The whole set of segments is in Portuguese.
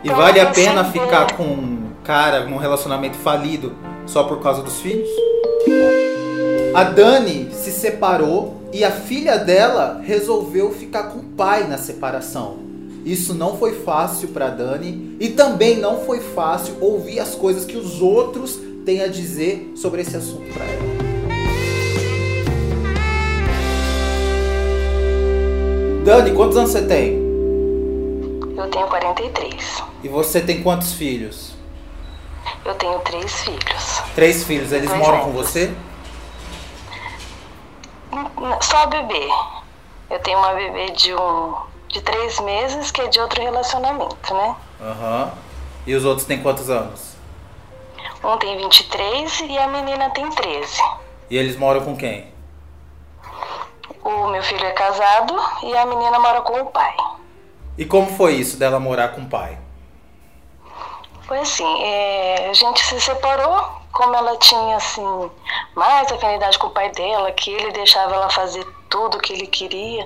E vale a pena ficar com um cara num relacionamento falido só por causa dos filhos? A Dani se separou e a filha dela resolveu ficar com o pai na separação. Isso não foi fácil para Dani e também não foi fácil ouvir as coisas que os outros têm a dizer sobre esse assunto para ela. Dani, quantos anos você tem? Eu tenho 43. E você tem quantos filhos? Eu tenho 3 filhos. 3 filhos, eles moram com você? Só a bebê. Eu tenho uma bebê de 3 meses que é de outro relacionamento, né? Aham. E os outros têm quantos anos? Um tem 23 e a menina tem 13. E eles moram com quem? O meu filho é casado e a menina mora com o pai. E como foi isso dela morar com o pai? Foi assim, a gente se separou, como ela tinha assim mais afinidade com o pai dela, que ele deixava ela fazer tudo o que ele queria.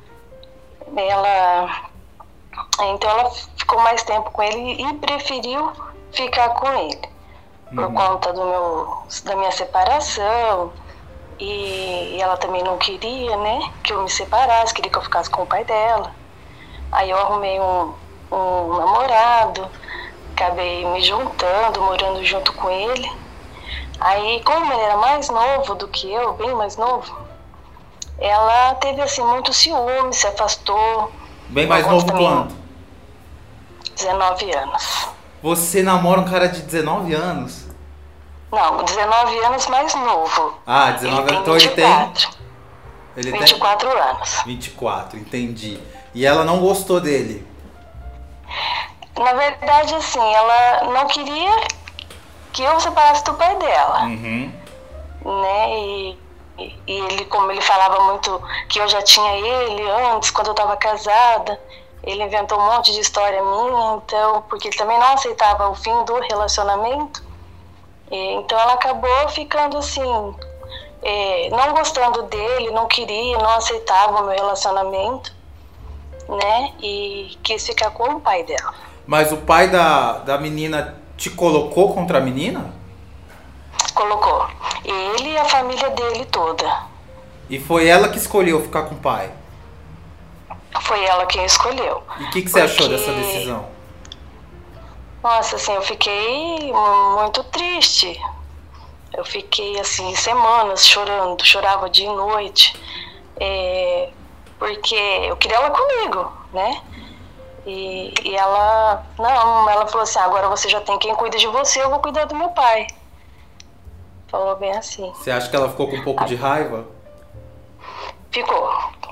Então ela ficou mais tempo com ele e preferiu ficar com ele. Por conta da minha separação. E ela também não queria, né, que eu me separasse, queria que eu ficasse com o pai dela. Aí eu arrumei um namorado, acabei me juntando, morando junto com ele. Aí, como ele era mais novo do que eu, bem mais novo, ela teve assim muito ciúme, se afastou. Bem mais novo quanto? 19 anos. Você namora um cara de 19 anos? Não, 19 anos mais novo. Ah, 19 anos, então ele tem 24 anos. 24, entendi. E ela não gostou dele? Na verdade, assim, ela não queria que eu separasse do pai dela. Né? E ele, como ele falava muito que eu já tinha ele antes, quando eu estava casada, ele inventou um monte de história minha, então, porque ele também não aceitava o fim do relacionamento. Então ela acabou ficando assim, não gostando dele, não queria, não aceitava o meu relacionamento, né? E quis ficar com o pai dela. Mas o pai da menina te colocou contra a menina? Colocou. Ele e a família dele toda. E foi ela que escolheu ficar com o pai? Foi ela quem escolheu. E o que você achou dessa decisão? Nossa, assim, eu fiquei muito triste. Eu fiquei, assim, semanas chorando, chorava dia e noite. Porque eu queria ela comigo, né? E ela falou assim, agora você já tem quem cuida de você, eu vou cuidar do meu pai. Falou bem assim. Você acha que ela ficou com um pouco de raiva? Ficou.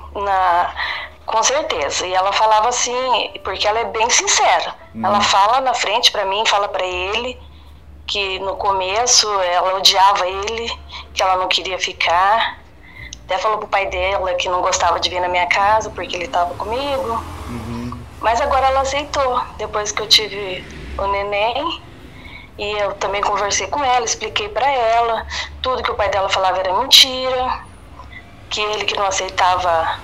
Com certeza. E ela falava assim, porque ela é bem sincera. Ela fala na frente pra mim, fala pra ele que no começo ela odiava ele, que ela não queria ficar. Até falou pro pai dela que não gostava de vir na minha casa porque ele tava comigo. Mas agora ela aceitou, depois que eu tive o neném. E eu também conversei com ela, expliquei pra ela tudo que o pai dela falava era mentira, que ele que não aceitava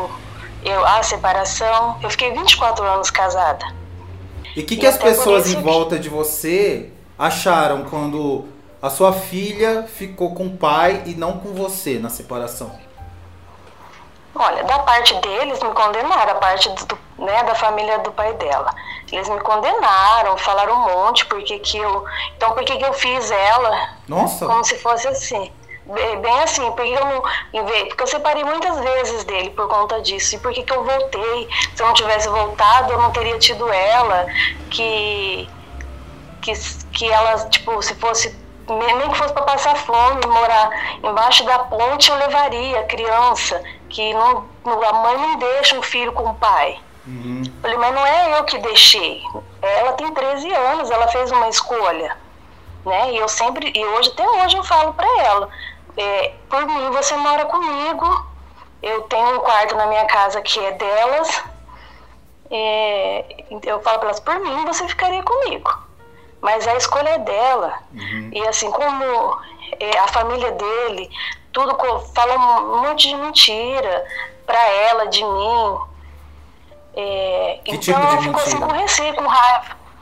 a separação. Eu fiquei 24 anos casada. E o que as pessoas em volta de você acharam quando a sua filha ficou com o pai e não com você na separação? Olha, da parte deles me condenaram, a parte da família do pai dela. Eles me condenaram, falaram um monte, por que eu fiz ela. Nossa. Como se fosse assim. Bem assim, porque eu separei muitas vezes dele por conta disso. E por que eu voltei? Se eu não tivesse voltado, eu não teria tido ela. Que ela, tipo, se fosse, nem que fosse para passar fome, morar embaixo da ponte, eu levaria a criança. Que a mãe não deixa um filho com o pai. Falei, mas não é eu que deixei. Ela tem 13 anos, ela fez uma escolha. Né? E até hoje eu falo para ela, por mim você mora comigo, eu tenho um quarto na minha casa que é delas, eu falo para elas, por mim você ficaria comigo, mas a escolha é dela. E assim como a família dele, tudo fala um monte de mentira para ela, de mim, então ela ficou assim com receio, com raiva.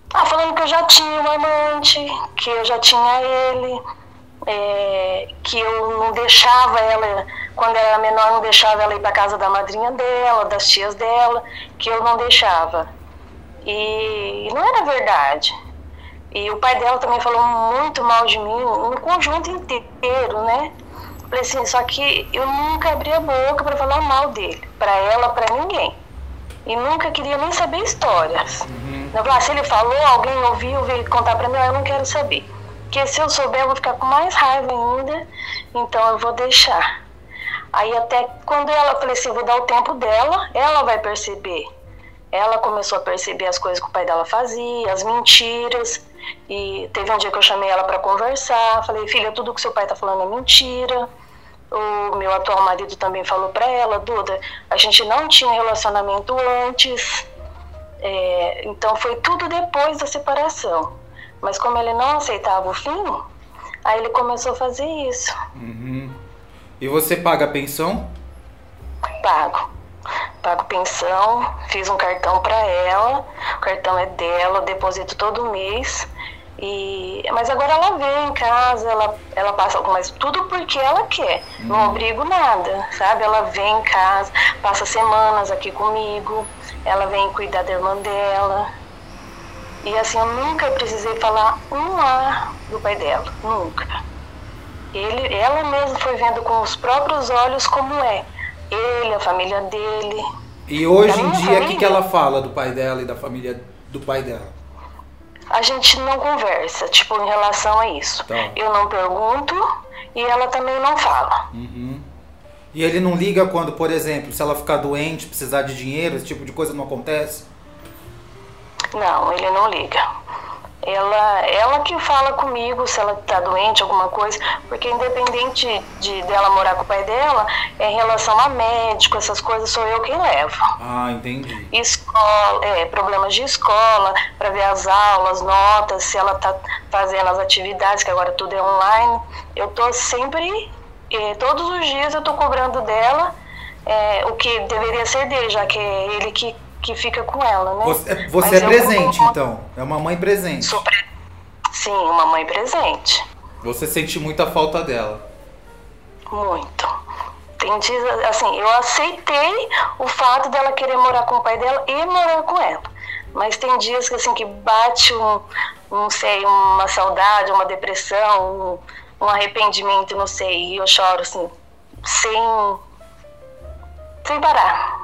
Falando que eu já tinha um amante, que eu já tinha ele, que eu não deixava ela, quando ela era menor, não deixava ela ir para casa da madrinha dela, das tias dela, que eu não deixava. E não era verdade. E o pai dela também falou muito mal de mim, no conjunto inteiro, né? Falei assim, só que eu nunca abri a boca para falar mal dele, para ela, para ninguém. E nunca queria nem saber histórias. Eu falei, se ele falou, alguém ouviu, veio contar para mim, eu não quero saber. Porque se eu souber, eu vou ficar com mais raiva ainda, então eu vou deixar. Aí até quando ela, falei assim, vou dar o tempo dela, ela vai perceber. Ela começou a perceber as coisas que o pai dela fazia, as mentiras. E teve um dia que eu chamei ela para conversar, falei, filha, tudo que seu pai tá falando é mentira. O meu atual marido também falou para ela, Duda, a gente não tinha relacionamento antes, então foi tudo depois da separação. Mas como ele não aceitava o fim, aí ele começou a fazer isso. E você paga a pensão? Pago pensão, fiz um cartão para ela, o cartão é dela, deposito todo mês. Mas agora ela vem em casa, ela passa, mas tudo porque ela quer, não obrigo nada, sabe? Ela vem em casa, passa semanas aqui comigo, ela vem cuidar da irmã dela. E assim, eu nunca precisei falar um A do pai dela, nunca. Ela mesma foi vendo com os próprios olhos como é. Ele, a família dele. E hoje em dia, o que ela fala do pai dela e da família do pai dela? A gente não conversa, tipo, em relação a isso. Tá. Eu não pergunto e ela também não fala. E ele não liga quando, por exemplo, se ela ficar doente, precisar de dinheiro, esse tipo de coisa não acontece? Não, ele não liga. Ela que fala comigo se ela tá doente, alguma coisa, porque independente dela morar com o pai dela, em relação a médico, essas coisas, sou eu quem levo. Entendi. Escola, problemas de escola, para ver as aulas, notas, se ela tá fazendo as atividades, que agora tudo é online, eu tô sempre, todos os dias eu tô cobrando dela o que deveria ser dele, já que é ele que fica com ela, né? Você é presente, então? É uma mãe presente? Sim, uma mãe presente. Você sente muita falta dela? Muito. Tem dias, assim, eu aceitei o fato dela querer morar com o pai dela e morar com ela. Mas tem dias que, assim, que bate não sei, uma saudade, uma depressão, um arrependimento, não sei, e eu choro, assim, sem parar.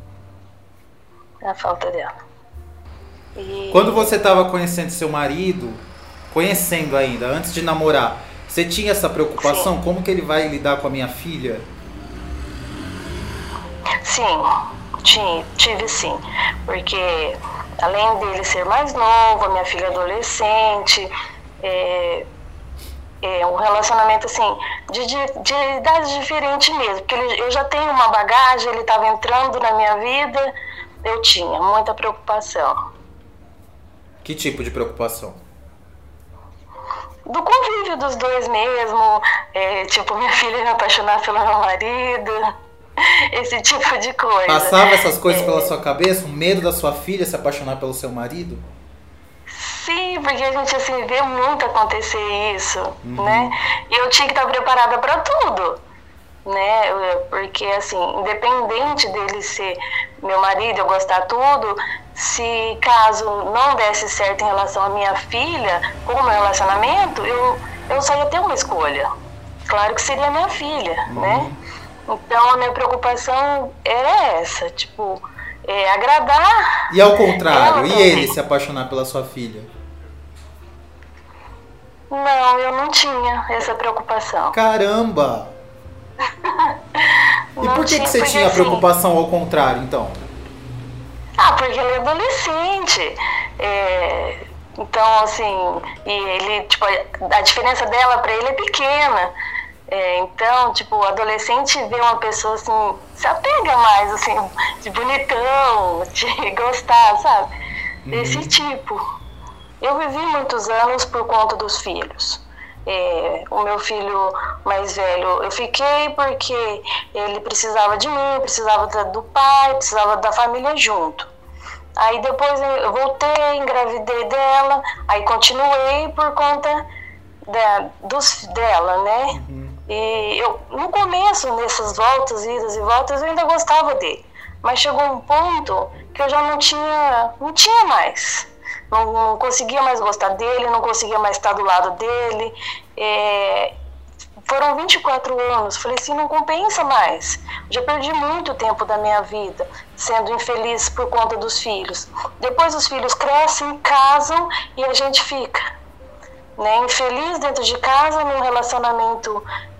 A falta dela. Quando você estava conhecendo seu marido, conhecendo ainda, antes de namorar, você tinha essa preocupação? Sim. Como que ele vai lidar com a minha filha? Sim, tive sim. Porque além dele ser mais novo, a minha filha adolescente, um relacionamento assim, de idade diferente mesmo. Porque eu já tenho uma bagagem, ele estava entrando na minha vida. Eu tinha muita preocupação. Que tipo de preocupação? Do convívio dos dois mesmo, tipo, minha filha me apaixonar pelo meu marido, esse tipo de coisa. Passava essas coisas pela sua cabeça? O medo da sua filha se apaixonar pelo seu marido? Sim, porque a gente assim, vê muito acontecer isso, né? E eu tinha que estar preparada para tudo. Né? Porque assim, independente dele ser meu marido, eu gostar tudo, se caso não desse certo em relação à minha filha com o meu relacionamento, eu só ia ter uma escolha. Claro que seria minha filha, né? Então a minha preocupação era essa, tipo, agradar. E ao contrário, e ele se apaixonar pela sua filha? Não, eu não tinha essa preocupação. Caramba! E por que você tinha preocupação ao contrário, então? Porque ele é adolescente. Então, assim, e ele, tipo, a diferença dela pra ele é pequena. Então, tipo, o adolescente vê uma pessoa assim, se apega mais, assim, de bonitão, de gostar, sabe? Desse tipo. Eu vivi muitos anos por conta dos filhos. O meu filho mais velho, eu fiquei porque ele precisava de mim, precisava do pai, precisava da família junto. Aí depois eu voltei, engravidei dela, aí continuei por conta dela, né? Uhum. E eu, no começo, nessas voltas, idas e voltas, eu ainda gostava dele. Mas chegou um ponto que eu já não tinha mais. Não conseguia mais gostar dele, não conseguia mais estar do lado dele. Foram 24 anos, falei assim, não compensa mais. Já perdi muito tempo da minha vida sendo infeliz por conta dos filhos. Depois os filhos crescem, casam e a gente fica, né, infeliz dentro de casa, num relacionamento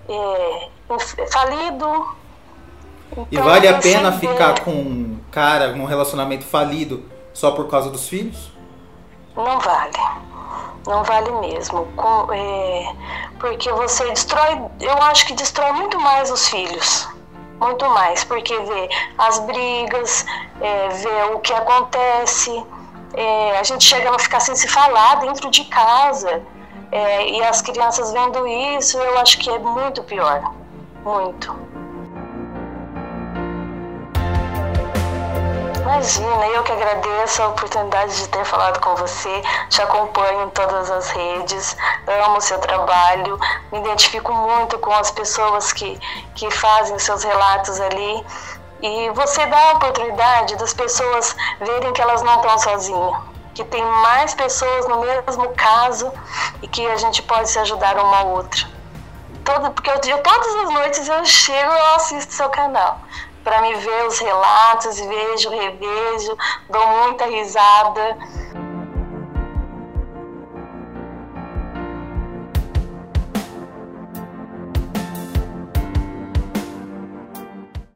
falido. Então, E vale a pena ficar com um cara num relacionamento falido só por causa dos filhos? Não vale. Não vale mesmo. Porque você destrói, eu acho que destrói muito mais os filhos. Muito mais, porque vê as brigas, vê o que acontece, a gente chega a ficar sem se falar dentro de casa, e as crianças vendo isso, eu acho que é muito pior. Muito. Imagina, eu que agradeço a oportunidade de ter falado com você, te acompanho em todas as redes, amo o seu trabalho, me identifico muito com as pessoas que fazem seus relatos ali, e você dá a oportunidade das pessoas verem que elas não estão sozinhas, que tem mais pessoas no mesmo caso e que a gente pode se ajudar uma a outra. Porque todas as noites eu chego e assisto seu canal para me ver os relatos, vejo, revejo, dou muita risada.